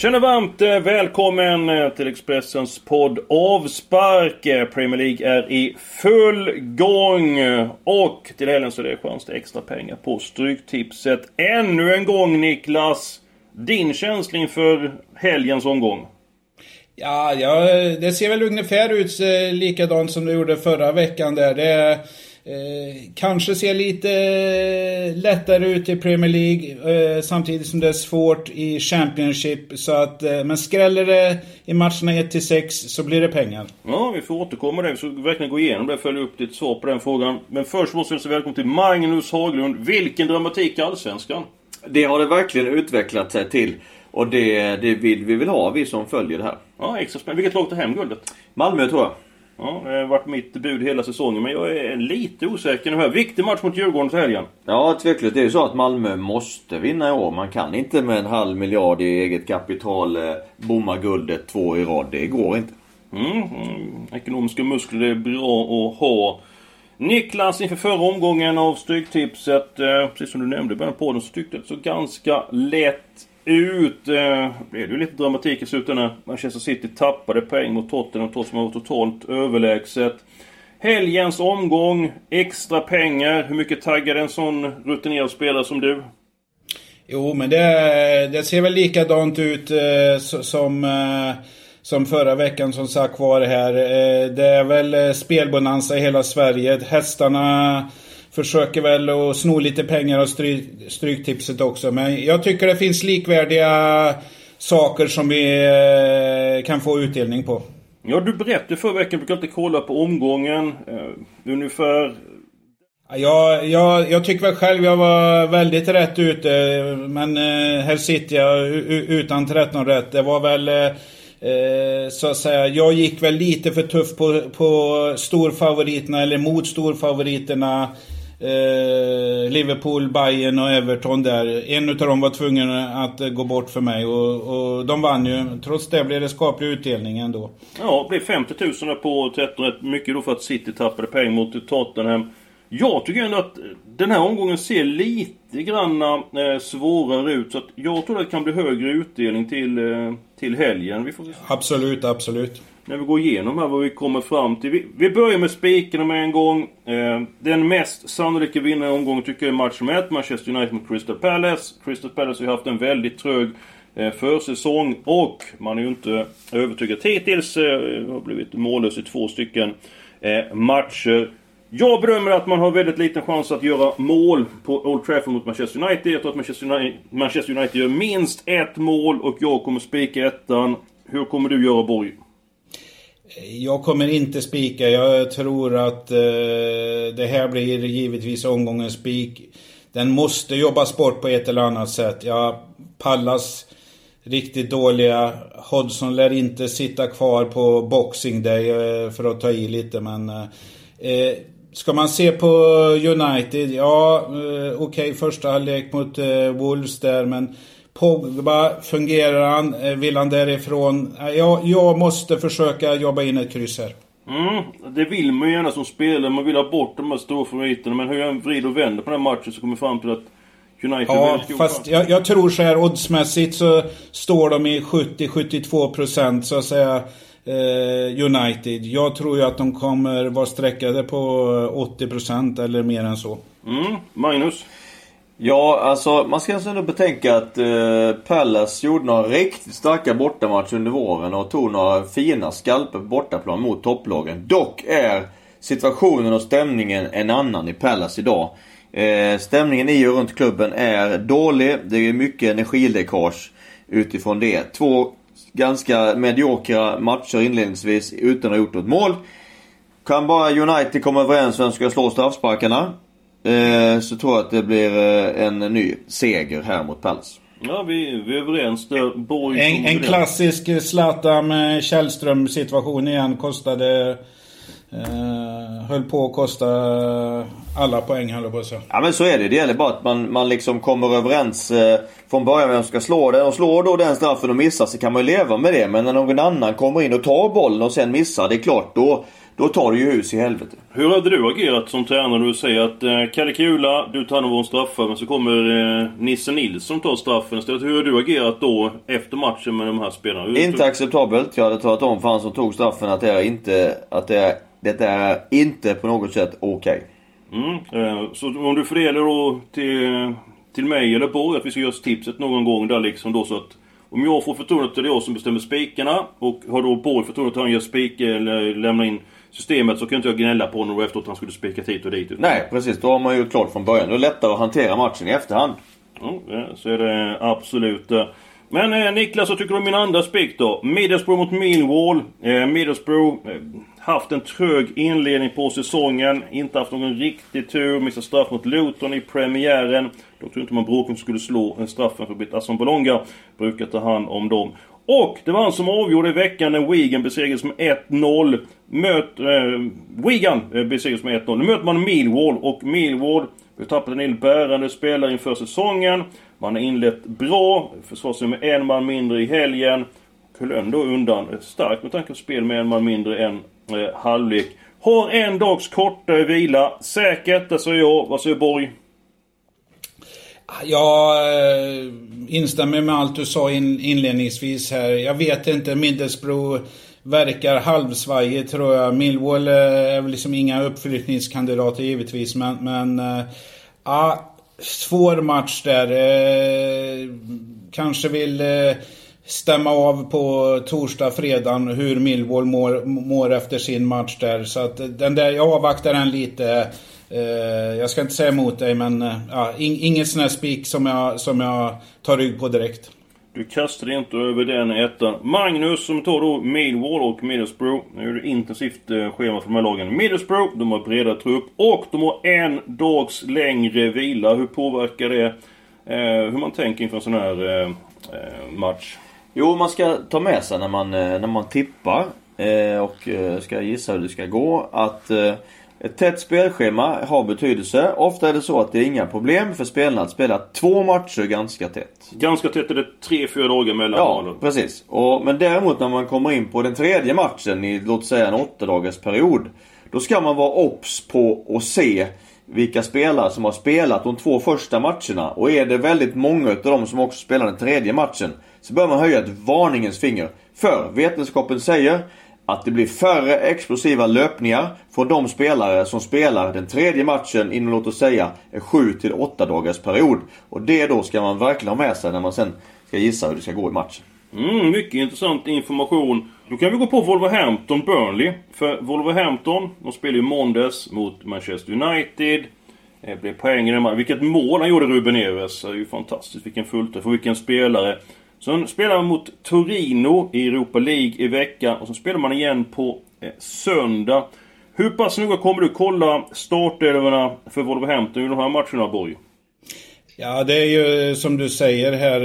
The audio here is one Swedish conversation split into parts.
Känner varmt välkommen till Expressens podd Avspark. Premier League är i full gång. Och till helgen så är det chans till extra pengar på Stryktipset. Ännu en gång, Niklas. Din känsla inför helgens omgång? Ja, det ser väl ungefär ut likadant som det gjorde förra veckan där. Det kanske ser lite lättare ut i Premier League samtidigt som det är svårt i Championship. Så att, men skräller det i matcherna 1-6 så blir det pengar. Ja, vi får återkomma där. Vi ska verkligen gå igenom det och följa upp ditt svar på den frågan. Men först måste jag säga välkommen till Magnus Haglund. Vilken dramatik i Allsvenskan? Det har det verkligen utvecklat sig till. Och det vill vi väl ha, vi som följer det här. Ja, extra spännande. Vilket lag tar hem guldet? Malmö, tror jag. Ja, det har varit mitt bud hela säsongen. Men jag är lite osäker nu här. Viktig match mot Djurgården till helgen. Ja, tveklöst. Det är ju så att Malmö måste vinna i år. Man kan inte med 500 miljoner i eget kapital bomma guldet 2 i rad. Det går inte. Ekonomiska muskler, det är bra att ha. Niklas, inför förra omgången av Stryktipset, precis som du nämnde i början på podden, så tyckte det så ganska lätt ut. Det blev ju lite dramatik i slutet när Manchester City tappade poäng mot Tottenham, trots att man var totalt överlägset. Helgens omgång, extra pengar. Hur mycket taggar en sån rutinerad spelare som du? Jo, men det ser väl likadant ut som förra veckan, som sagt var här. Det är väl spelbonanza i hela Sverige. Hästarna försöker väl att sno lite pengar av Stryktipset också. Men jag tycker det finns likvärdiga saker som vi kan få utdelning på. Ja, du berättade förra veckan, du kan inte kolla på omgången. Ungefär... Jag tycker väl själv jag var väldigt rätt ute. Men här sitter jag utan 13 rätt. Det var väl... så att säga, jag gick väl lite för tuff på storfavoriterna, eller mot storfavoriterna, Liverpool, Bayern och Everton där. En utav dem var tvungen att gå bort för mig och de vann ju. Trots det blev det skaplig utdelning ändå. Ja, det blev 50 000 på 13 rätt. Mycket då för att City tappade pengar mot Tottenham. Jag tycker ändå att den här omgången ser lite grann svårare ut. Så att jag tror att det kan bli högre utdelning till helgen. Vi får... Absolut. När vi går igenom här vad vi kommer fram till. Vi börjar med spiken med en gång. Den mest sannolika vinnaren omgången tycker jag är match med 1. Manchester United mot Crystal Palace. Crystal Palace har haft en väldigt trög försäsong. Och man är ju inte övertygad hittills. Har blivit mållös i 2 stycken matcher. Jag bedömer att man har väldigt liten chans att göra mål på Old Trafford mot Manchester United. Jag tror att Manchester United gör minst 1 mål och jag kommer spika 1:an. Hur kommer du göra, Borg? Jag kommer inte spika. Jag tror att det här blir givetvis omgångens spik. Den måste jobbas bort på ett eller annat sätt. Pallas riktigt dåliga. Hodgson lär inte sitta kvar på Boxing Day för att ta i lite, men... ska man se på United, okej, första halvlek mot Wolves där, men Pogba, fungerar han, vill han därifrån? Jag måste försöka jobba in ett kryss här. Det vill man ju gärna som spelare, man vill ha bort de här stora favoriterna, men hur jag vrider och vänder på den här matchen så kommer fram till att United... Ja, fast jag tror så här, oddsmässigt så står de i 70-72% så att säga. United. Jag tror ju att de kommer vara sträckade på 80% eller mer än så. Magnus? Ja, alltså man ska ändå betänka att Palace gjorde några riktigt starka bortamatcher under våren och tog några fina skalper på bortaplan mot topplagen. Dock är situationen och stämningen en annan i Palace idag. Stämningen i och runt klubben är dålig. Det är mycket energiläckage utifrån det. 2 ganska mediokra matcher inledningsvis utan att ha gjort något mål. Kan bara United komma överens vem ska slå straffsparkarna, så tror jag att det blir en ny seger här mot Palace. Ja, vi är överens där. En klassisk Zlatan med Källström situation igen. Höll på att kosta alla poäng, höll på att säga. Ja, men så är det. Det gäller bara att man liksom kommer överens från början vem ska slå den. Och slår då den straffen och missar så kan man ju leva med det. Men när någon annan kommer in och tar bollen och sen missar, det är klart, då tar det ju hus i helvete. Hur hade du agerat som tränare när du säger att Kalle Kula, du tar någon straffar, men så kommer Nisse Nilsson tar straffen istället? Hur har du agerat då efter matchen med de här spelarna? Inte acceptabelt. Jag hade talat om för han som tog straffen att det är inte på något sätt okej. Så om du fördelar då till mig eller Borg att vi ska göra tipset någon gång där liksom då, så att om jag får förtroendet till det jag som bestämmer spikarna och har då Borg förtroendet att han gör spik eller lämnar in systemet, så kan inte jag gnälla på honom efteråt att han skulle spika hit och dit. Nej, precis. Då har man ju klart från början. Då är det lättare att hantera matchen i efterhand. Ja, så är det absolut. Men Niklas, så tycker du om min andra spik då? Middlesbrough mot Millwall. Middlesbrough haft en trög inledning på säsongen. Inte haft någon riktig tur. Missat straff mot Luton i premiären. Då tror inte man Bråken skulle slå en straffen för Britt Asson-Bolonga. Brukar ta hand om dem. Och det var han som avgjorde i veckan när Wigan besegrades med 1-0. Wigan besegrades med 1-0. Nu möter man Millwall, och Millwall har tappat en del bärande spelare inför säsongen. Man har inlett bra. Försvarar sig med en man mindre i helgen. Kulön då undan starkt med tanke på spel med en man mindre än halvlek. Har en dags kortare vila. Säkert, det säger jag. Vad säger Borg? Jag instämmer med allt du sa inledningsvis här. Jag vet inte, Middlesbrough verkar halvsvajig tror jag. Millwall är väl liksom inga uppflyttningskandidater givetvis. Men svår match där. Kanske vill stämma av på torsdag, fredag hur Millwall mår efter sin match där. Så att den där, jag avvaktar den lite. Jag ska inte säga emot dig, men ingen sån här spik som jag tar rygg på direkt. Du kastar inte över den ettan. Magnus som tar då Millwall och Middlesbrough. Nu är det intensivt schema för de här lagen. Middlesbrough, de har bredare trupp och de har en dags längre vila. Hur påverkar det hur man tänker inför en sån här match? Jo, man ska ta med sig när man tippar och ska gissa hur det ska gå att ett tätt spelschema har betydelse. Ofta är det så att det är inga problem för spelarna att spela 2 matcher ganska tätt. Ganska tätt är det 3-4 dagar mellan. Ja, precis. Men däremot när man kommer in på den tredje matchen i, låt säga, en 8-dagars period, då ska man vara obs på och se vilka spelare som har spelat de 2 första matcherna. Och är det väldigt många av dem som också spelar den tredje matchen, så bör man höja ett varningens finger. För vetenskapen säger att det blir färre explosiva löpningar från de spelare som spelar den tredje matchen inom, låt oss säga, en 7-8 dagars period. Och det då ska man verkligen ha med sig när man sen ska gissa hur det ska gå i matchen. Mycket intressant information. Då kan vi gå på Wolverhampton Burnley. För Wolverhampton, de spelar ju måndags mot Manchester United. Det blev poäng i den matchen. Vilket mål han gjorde, Ruben Neves. Det är ju fantastiskt. Vilken fullträff och vilken spelare. Sen spelar man mot Torino i Europa League i veckan. Och så spelar man igen på söndag. Hur pass noga kommer du kolla startelvorna för Wolverhampton i de här matcherna, Borg? Ja, det är ju som du säger här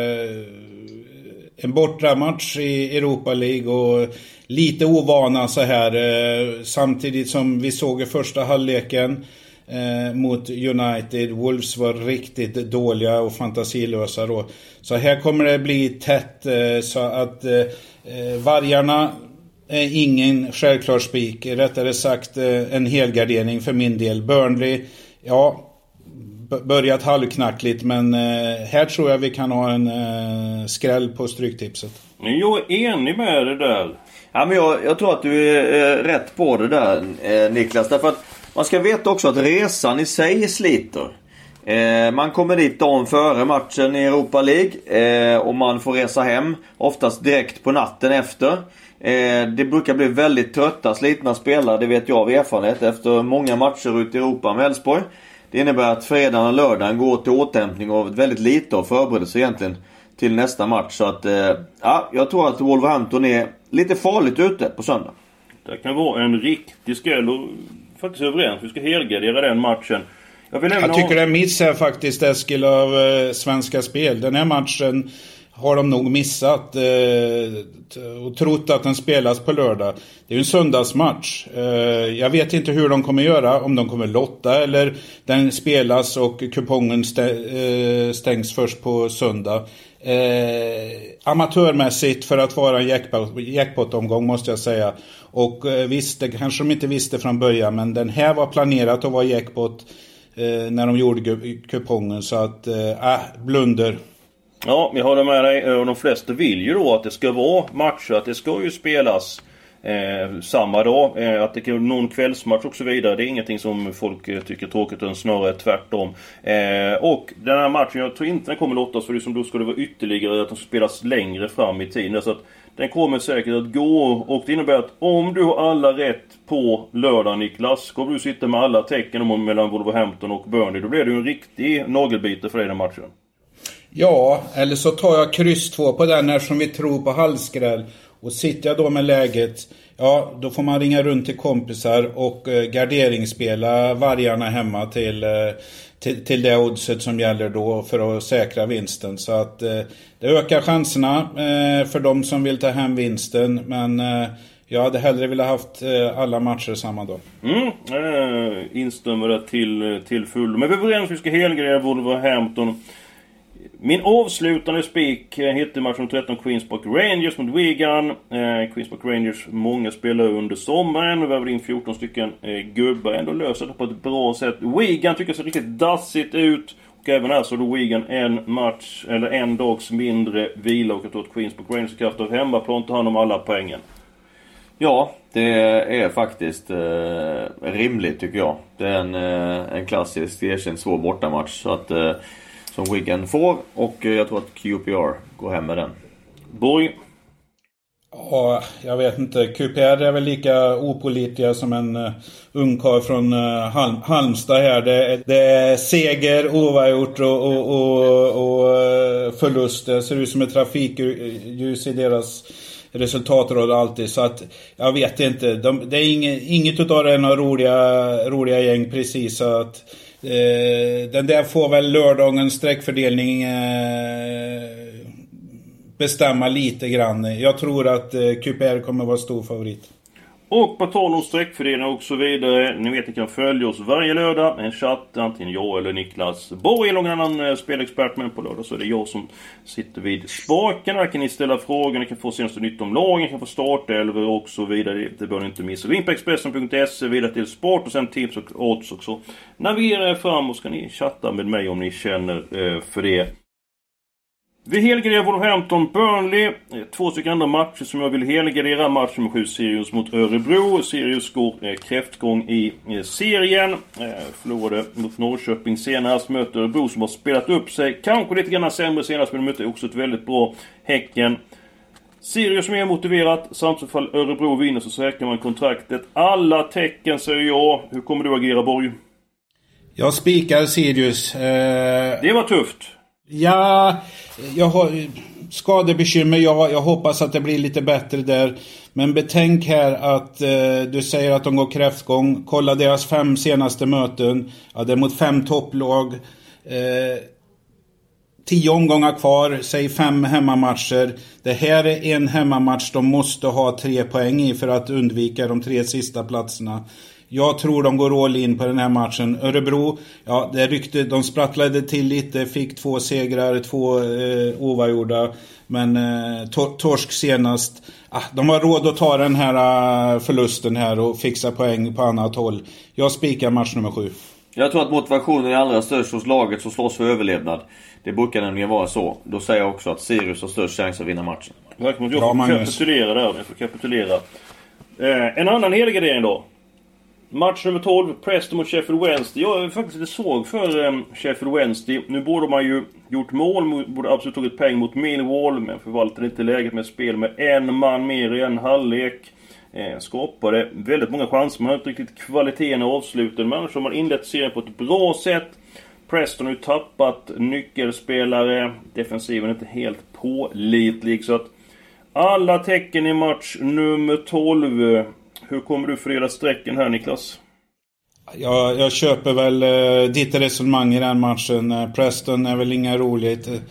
en bortamatch i Europa League och lite ovana så här. Samtidigt som vi såg i första halvleken mot United. Wolves var riktigt dåliga och fantasilösa då. Så här kommer det bli tätt, så att vargarna är ingen självklar spik. Rättare sagt en helgardering för min del. Burnley, ja, börjat halvknackligt, men här tror jag vi kan ha en skräll på stryktipset. Jag är enig med det där. Ja, men jag tror att du är rätt på det där, Niklas. Därför att man ska veta också att resan i sig sliter. Man kommer dit dagen före matchen i Europa League och man får resa hem oftast direkt på natten efter. Det brukar bli väldigt trötta, slitna spelare, det vet jag av erfarenhet efter många matcher ute i Europa med Elfsborg. Det innebär att fredagen och lördagen går till återhämtning och väldigt lite av förberedelse egentligen till nästa match. Så att jag tror att Wolverhampton är lite farligt ute på söndag. Det kan vara en riktig skräll och faktiskt överens. Vi ska helgardera den matchen. Jag tycker det är miss här faktiskt, Eskil, av Svenska Spel. Den här matchen har de nog missat och trott att den spelas på lördag. Det är ju en söndagsmatch. Jag vet inte hur de kommer göra, om de kommer lotta eller den spelas och kupongen stängs först på söndag. Amatörmässigt för att vara en jackpot-omgång måste jag säga. Och visst, det kanske de inte visste från början, men den här var planerat att vara jackpot när de gjorde kupongen, så att blunder. Ja, jag håller med dig. Och de flesta vill ju då att det ska vara matcher, att det ska ju spelas samma dag, att det kan vara någon kvällsmatch och så vidare. Det är ingenting som folk tycker är tråkigt, utan snarare tvärtom. Och den här matchen, jag tror inte den kommer lottas, för det som då skulle vara ytterligare att de spelas längre fram i tiden, så att den kommer säkert att gå. Och det innebär att om du har alla rätt på lördag, Niklas, kommer du sitta med alla tecken mellan Wolverhampton och Burnley, då blir det ju en riktig nagelbite för dig den matchen. Ja, eller så tar jag kryss 2 på den eftersom vi tror på halsskräll. Och sitter jag då med läget, ja, då får man ringa runt till kompisar och garderingsspela vargarna hemma till det oddset som gäller då för att säkra vinsten. Så att det ökar chanserna för de som vill ta hem vinsten, men jag hade hellre velat haft alla matcher samma dag. Instämmer det till full. Men vi är överens, vi ska helgardera Wolverhampton. Min avslutande spik hittar matchen 13 Queens Park Rangers mot Wigan. Queens Park Rangers, många spelare under sommaren. Vi har in 14 stycken gubbar. Ändå löser det på ett bra sätt. Wigan tycker sig riktigt dassigt ut. Och även här så då Wigan en dags mindre vila. Och jag tror att Queens Park Rangers kraft av hemmaplan tar hand om alla poängen. Ja, det är faktiskt rimligt tycker jag. Det är en klassisk erkänd svår bortamatch. Så att som Wigan får, och jag tror att QPR går hem med den. Borg? Ja, jag vet inte. QPR är väl lika opålitliga som en ungkarl från Halmstad här. Det är seger, oavgjort och förlust. Det ser ut som ett trafikljus i deras resultatråd alltid. Så att jag vet inte. Det är inget utav det är några roliga gäng precis, så att den där får väl lördagens sträckfördelning bestämma lite grann. Jag tror att QPR kommer vara stor favorit. Och på tal om sträckfördelning och så vidare. Ni vet, ni kan följa oss varje lördag. En chatt, antingen jag eller Niklas Borg eller någon annan spelexpert. Men på lördag så är det jag som sitter vid spaken. Där kan ni ställa frågor, ni kan få senaste nytt om lagen, ni kan få startelver och så vidare. Det bör ni inte missa. Gå in på Expressen.se, vidare till sport och sen tips och odds också. Navigera er fram och ska ni chatta med mig om ni känner för det. Vi helgarderar Wolverhampton Burnley. 2 stycken andra matcher som jag vill helgardera. Matchen med 7 Sirius mot Örebro. Sirius går kräftgång i serien. Förlorade mot Norrköping senast. Möter Örebro som har spelat upp sig. Kanske lite grann sämre senast, men de möter också ett väldigt bra Häcken. Sirius som är motiverat. Samtidigt fall Örebro vinner så säkrar man kontraktet. Alla tecken säger jag. Hur kommer du agera, Borg? Jag spikar Sirius. Det var tufft. Ja, jag har skadebekymmer. Jag hoppas att det blir lite bättre där. Men betänk här att du säger att de går kräftgång. Kolla deras 5 senaste möten. Ja, det är mot 5 topplag. 10 omgångar kvar. Säg 5 hemmamatcher. Det här är en hemmamatch de måste ha 3 poäng i för att undvika de 3 sista platserna. Jag tror de går all in på den här matchen. Örebro, ja, det ryckte, de sprattlade till lite, fick 2 segrar, 2 oavgjorda, men torsk senast. De har råd att ta den här förlusten här och fixa poäng på annat håll. Jag spikar match nummer 7. Jag tror att motivationen är allra störst hos laget som slåss för överlevnad. Det brukar nämligen vara så. Då säger jag också att Sirius har störst chans att vinna matchen. Jag får kapitulera där. Jag får kapitulera. En annan helgardering då. Match nummer 12, Preston mot Sheffield Wednesday. Jag är faktiskt lite svag för Sheffield Wednesday. Nu borde man ju gjort mål, borde absolut tagit poäng mot Millwall, men förvaltade inte läget med spel med en man mer i en halvlek. Skapade väldigt många chanser, man har inte riktigt kvaliteten och avsluten, men så har man inlett serien på ett bra sätt. Preston har ju tappat nyckelspelare, defensiven är inte helt pålitlig, så att alla tecken i match nummer 12. Hur kommer du fördela sträcken här, Niklas? Jag köper väl ditt resonemang i den matchen. Preston är väl inga roligt.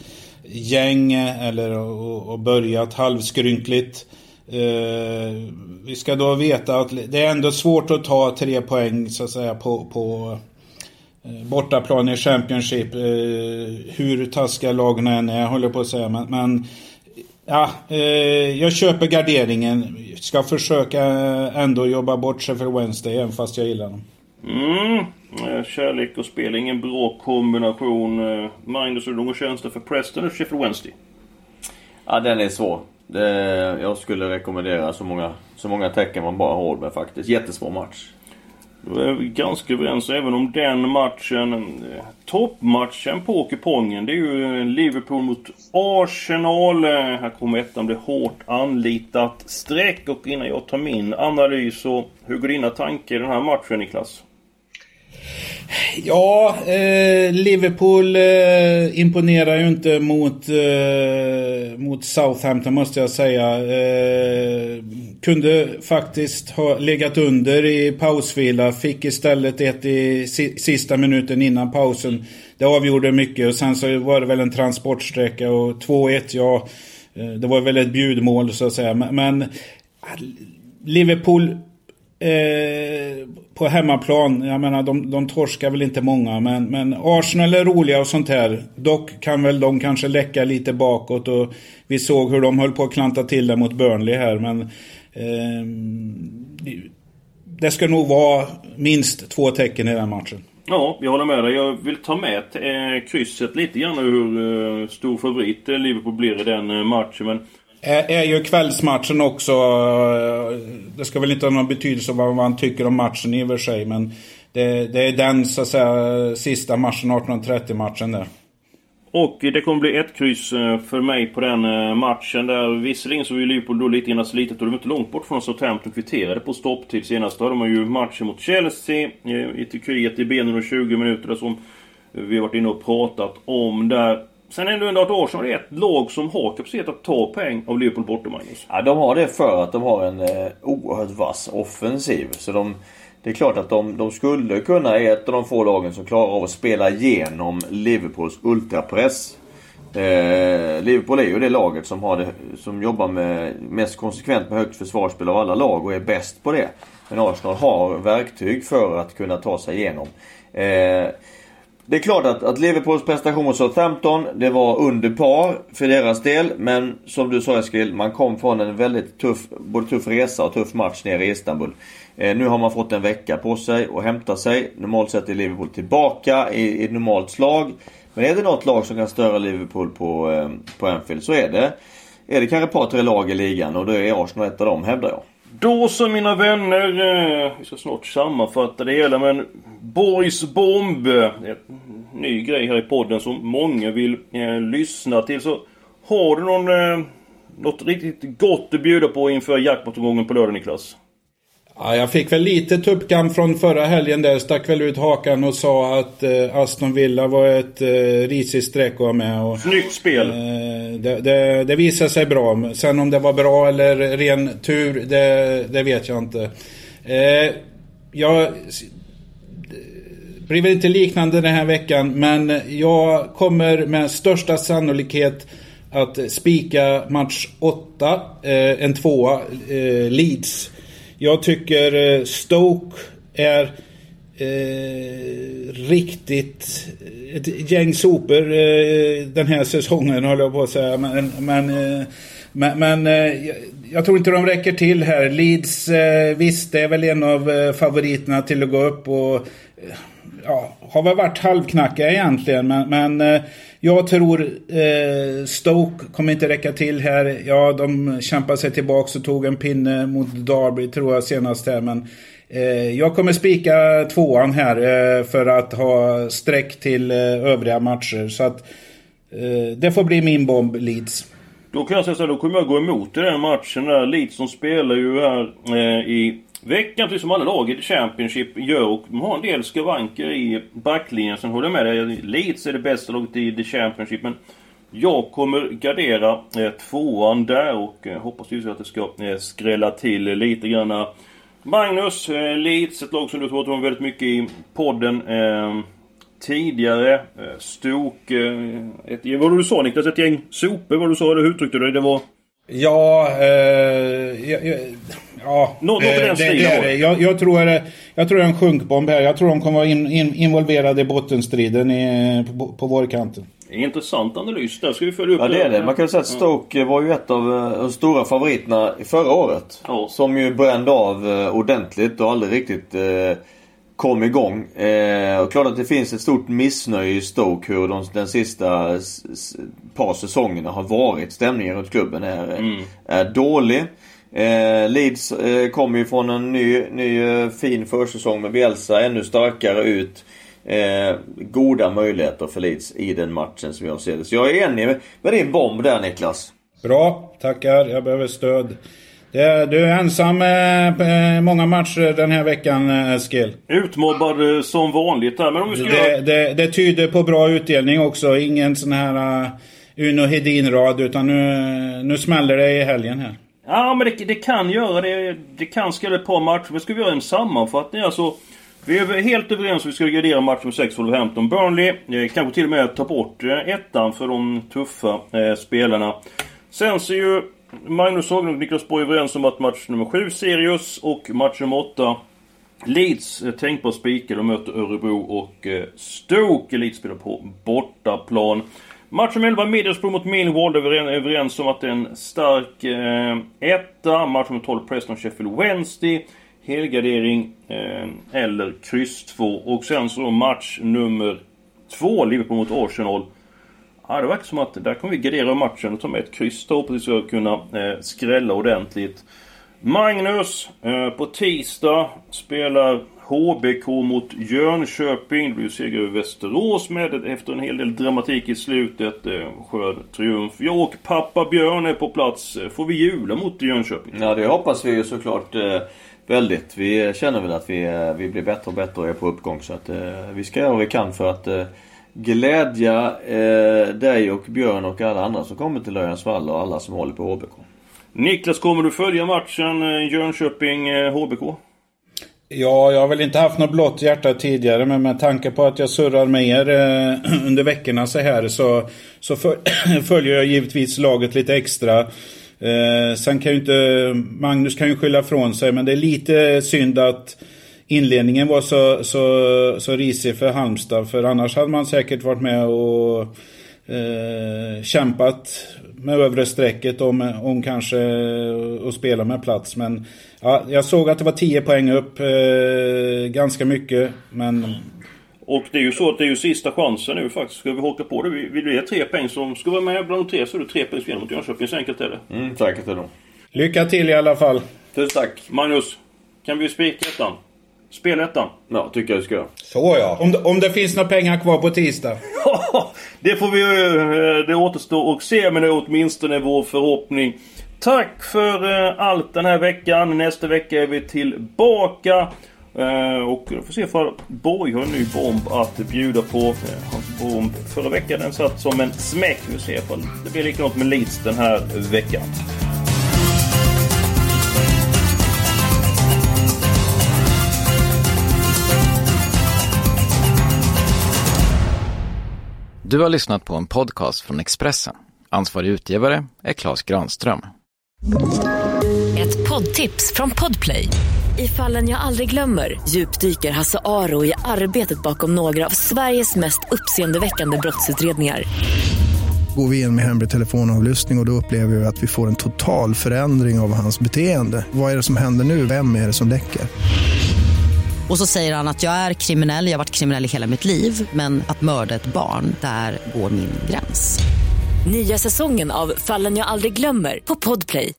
gäng eller och börjat halvskrynkligt. Vi ska då veta att det är ändå svårt att ta 3 poäng så att säga på bortaplan i Championship, hur taskiga lagen än är, håller på att säga, men ja, jag köper garderingen. Ska försöka ändå jobba bort Sheffield Wednesday även fast jag gillar dem. Kärlek och spel, ingen bra kombination. Magnus, hur långa tjänster för Preston och Sheffield Wednesday? Ja, den är svår. Jag skulle rekommendera så många tecken man bara har med faktiskt. Jättesvår match. Då är vi ganska överens även om den matchen. Toppmatchen på kupongen, det är ju Liverpool mot Arsenal. Här kommer ettan bli hårt anlitat streck. Och innan jag tar min analys, så hur går dina tankar i den här matchen, Niklas? Ja, Liverpool imponerar ju inte mot Southampton, måste jag säga. Kunde faktiskt ha legat under i pausvila. Fick istället ett i sista minuten innan pausen. Det avgjorde mycket, och sen så var det väl en transportsträcka och 2-1, ja, det var väl ett bjudmål så att säga. Men Liverpool på hemmaplan, jag menar de torskar väl inte många, men Arsenal är roliga och sånt här. Dock kan väl de kanske läcka lite bakåt, och vi såg hur de höll på att klanta till det mot Burnley här, men det ska nog vara minst 2 tecken i den matchen. Ja, jag håller med dig. Jag vill ta med krysset lite grann hur stor favorit Liverpool blir i den matchen, men är ju kvällsmatchen också. Det ska väl inte ha någon betydelse vad man tycker om matchen i och för sig, men det är den så att säga sista matchen, 18:30 matchen där. Och det kommer bli ett kryss för mig på den matchen där. Visserligen så är Liverpool då lite innan slitet, och de är inte långt bort från Southampton, kvitterade på stopptid senast. Då hade man ju matchen mot Chelsea i Turkiet i benen och 20 minuter som vi har varit inne och pratat om där. Sen är det ändå att Arsenal är ett lag som har kapacitet att ta poäng av Liverpool borta, Magnus. Ja, de har det för att de har en oerhört vass offensiv. Så det är klart att de skulle kunna är ett av de få lagen som klarar av att spela igenom Liverpools ultrapress. Liverpool är ju det laget som jobbar med mest konsekvent med högt försvarsspel av alla lag och är bäst på det. Men Arsenal har verktyg för att kunna ta sig igenom. Det är klart att Liverpools prestation mot Southampton, det var under par för deras del. Men som du sa, Eskil, man kom från en väldigt tuff resa och tuff match nere i Istanbul. Nu har man fått en vecka på sig och hämta sig. Normalt sett är Liverpool tillbaka i ett normalt slag. Men är det något lag som kan störa Liverpool på Anfield, så är det kanske ett par 3 lag i ligan. Och då är Arsenal ett av dem, hävdar jag. Då så, mina vänner, vi ska snart sammanfatta det hela, men Boys Bomb, en ny grej här i podden som många vill lyssna till. Så har du något riktigt gott att bjuda på inför jackpot-omgången på lördag, Niklas? Ja, jag fick väl lite tuppkam från förra helgen där. Stack väl ut hakan och sa att Aston Villa var ett risigt streck att vara med. Och, snyggt spel. Det visade sig bra. Sen om det var bra eller ren tur, det vet jag inte. Jag blir väl inte liknande den här veckan, men jag kommer med största sannolikhet att spika match 8, en 2, Leeds. Jag tycker Stoke är riktigt ett gäng super den här säsongen, håller jag på att säga. Men jag tror inte de räcker till här. Leeds, visst, det är väl en av favoriterna till att gå upp och har väl varit halvknackiga egentligen. Men jag tror Stoke kommer inte räcka till här. Ja, de kämpar sig tillbaka och tog en pinne mot Derby, tror jag, senast här. Men jag kommer spika 2:an här för att ha streck till övriga matcher. Så att det får bli min bomb, Leeds. Då kan jag säga så här, då kommer jag gå emot i den matchen där. Leeds som spelar ju här i veckan, precis som alla lag i Championship gör, och de har en del skavanker i backlinjen. Sen håller jag med dig, Leeds är det bästa laget i The Championship, men jag kommer gardera 2:an där och hoppas ju att det ska skrälla till lite grann. Magnus, Leeds, ett lag som du tror att de har väldigt mycket i podden. tidigare. Stoke, vad du sa Niklas, ett gäng sopor, vad du sa, eller hur uttryckte du det? Det var... Ja, Något i den stilen. Jag tror det är en sjunkbomb här. Jag tror de kommer vara involverade i bottenstriden på vårkanten. Intressant analys, där ska vi följa upp. Ja, det är det. Man kan säga att Stoke var ju ett av de stora favoriterna förra året. Ja. Som ju brände av ordentligt och aldrig riktigt kom igång. Och klart att det finns ett stort missnöje i Stoke hur den sista par säsongerna har varit. Stämningen runt klubben är dålig. Leeds kommer ju från en ny fin försäsong med Bielsa ännu starkare ut. Goda möjligheter för Leeds i den matchen som jag ser det. Så jag är enig med din bomb där, Niklas. Bra, tackar. Jag behöver stöd. Du är ensam många matcher den här veckan, Eskil. Utmobbad som vanligt här. Men om vi ska det tyder på bra utdelning också. Ingen sån här Uno Hedin-rad, utan nu smäller det i helgen här. Ja, men det kan göra det. Det kan skrälla ett par matcher. Men ska vi göra en sammanfattning? Alltså, vi är helt överens om vi ska gradera matchen med 6 Wolverhampton Burnley. Kanske till och med ta bort ettan för de tuffa spelarna. Sen så är ju Magnus Hagen och Niklas Borg överens om att match nummer 7 Sirius och match nummer 8 Leeds tänkbart spika. De möter Örebro och Stoke. Leeds spelar på bortaplan. Match nummer 11 Middlesbrough mot Millwall. Är överens om att det är en stark etta. Match nummer 12 Preston Sheffield Wednesday. Helgardering eller kryss 2. Och sen så match nummer 2 Liverpool mot Arsenal. Ja, det verkar som att där kommer vi gardera matchen och ta med ett kryss 2 på att vi ska kunna skrälla ordentligt. Magnus, på tisdag spelar HBK mot Jönköping. Det blir ju seger över Västerås med efter en hel del dramatik i slutet. Skön triumf. Jag och pappa Björn är på plats. Får vi jula mot Jönköping? Ja, det hoppas vi ju såklart väldigt. Vi känner väl att vi blir bättre och bättre och är på uppgång. Så att vi ska göra vad vi kan för att glädja dig och Björn och alla andra som kommer till Löjensvall och alla som håller på HBK. Niklas, kommer du följa matchen Jönköping-HBK? Ja, jag har väl inte haft något blått hjärta tidigare, men med tanke på att jag surrar med er under veckorna så här så följer jag givetvis laget lite extra. Sen kan ju inte Magnus kan ju skylla från sig, men det är lite synd att inledningen var så risig för Halmstad, för annars hade man säkert varit med och kämpat med övre strecket om kanske att spela med plats. Men ja, jag såg att det var 10 poäng upp, ganska mycket, men... Och det är ju så att det är ju sista chansen nu faktiskt. Ska vi hålla på det? Vill vi ha 3 poäng som ska vara med bland de 3, så är det 3 poäng spel mot Jönköping. Så enkelt är det. Säkert är det. Lycka till i alla fall. Tusen tack. Magnus, kan vi spika ettan? Spela ettan? Ja, tycker jag du ska. Så ja. Om det finns några pengar kvar på tisdag. Det får vi det återstår och se, men det är åtminstone vår förhoppning. Tack för allt den här veckan. Nästa vecka är vi tillbaka. Och jag får se för Borg har en ny bomb att bjuda på. Hans bomb förra veckan, den satt som en smäck. Vi ser för det blir likadant med Leeds den här veckan. Du har lyssnat på en podcast från Expressen. Ansvarig utgivare är Claes Granström. Ett poddtips från Podplay. I Fallen jag aldrig glömmer djupdyker Hasse Aro i arbetet bakom några av Sveriges mest uppseendeväckande brottsutredningar. Går vi in med hemlig telefonavlyssning och då upplever vi att vi får en total förändring av hans beteende. Vad är det som händer nu? Vem är det som läcker? Och så säger han att jag är kriminell, jag har varit kriminell i hela mitt liv. Men att mörda ett barn, där går min gräns. Nya säsongen av Fallen jag aldrig glömmer på Podplay.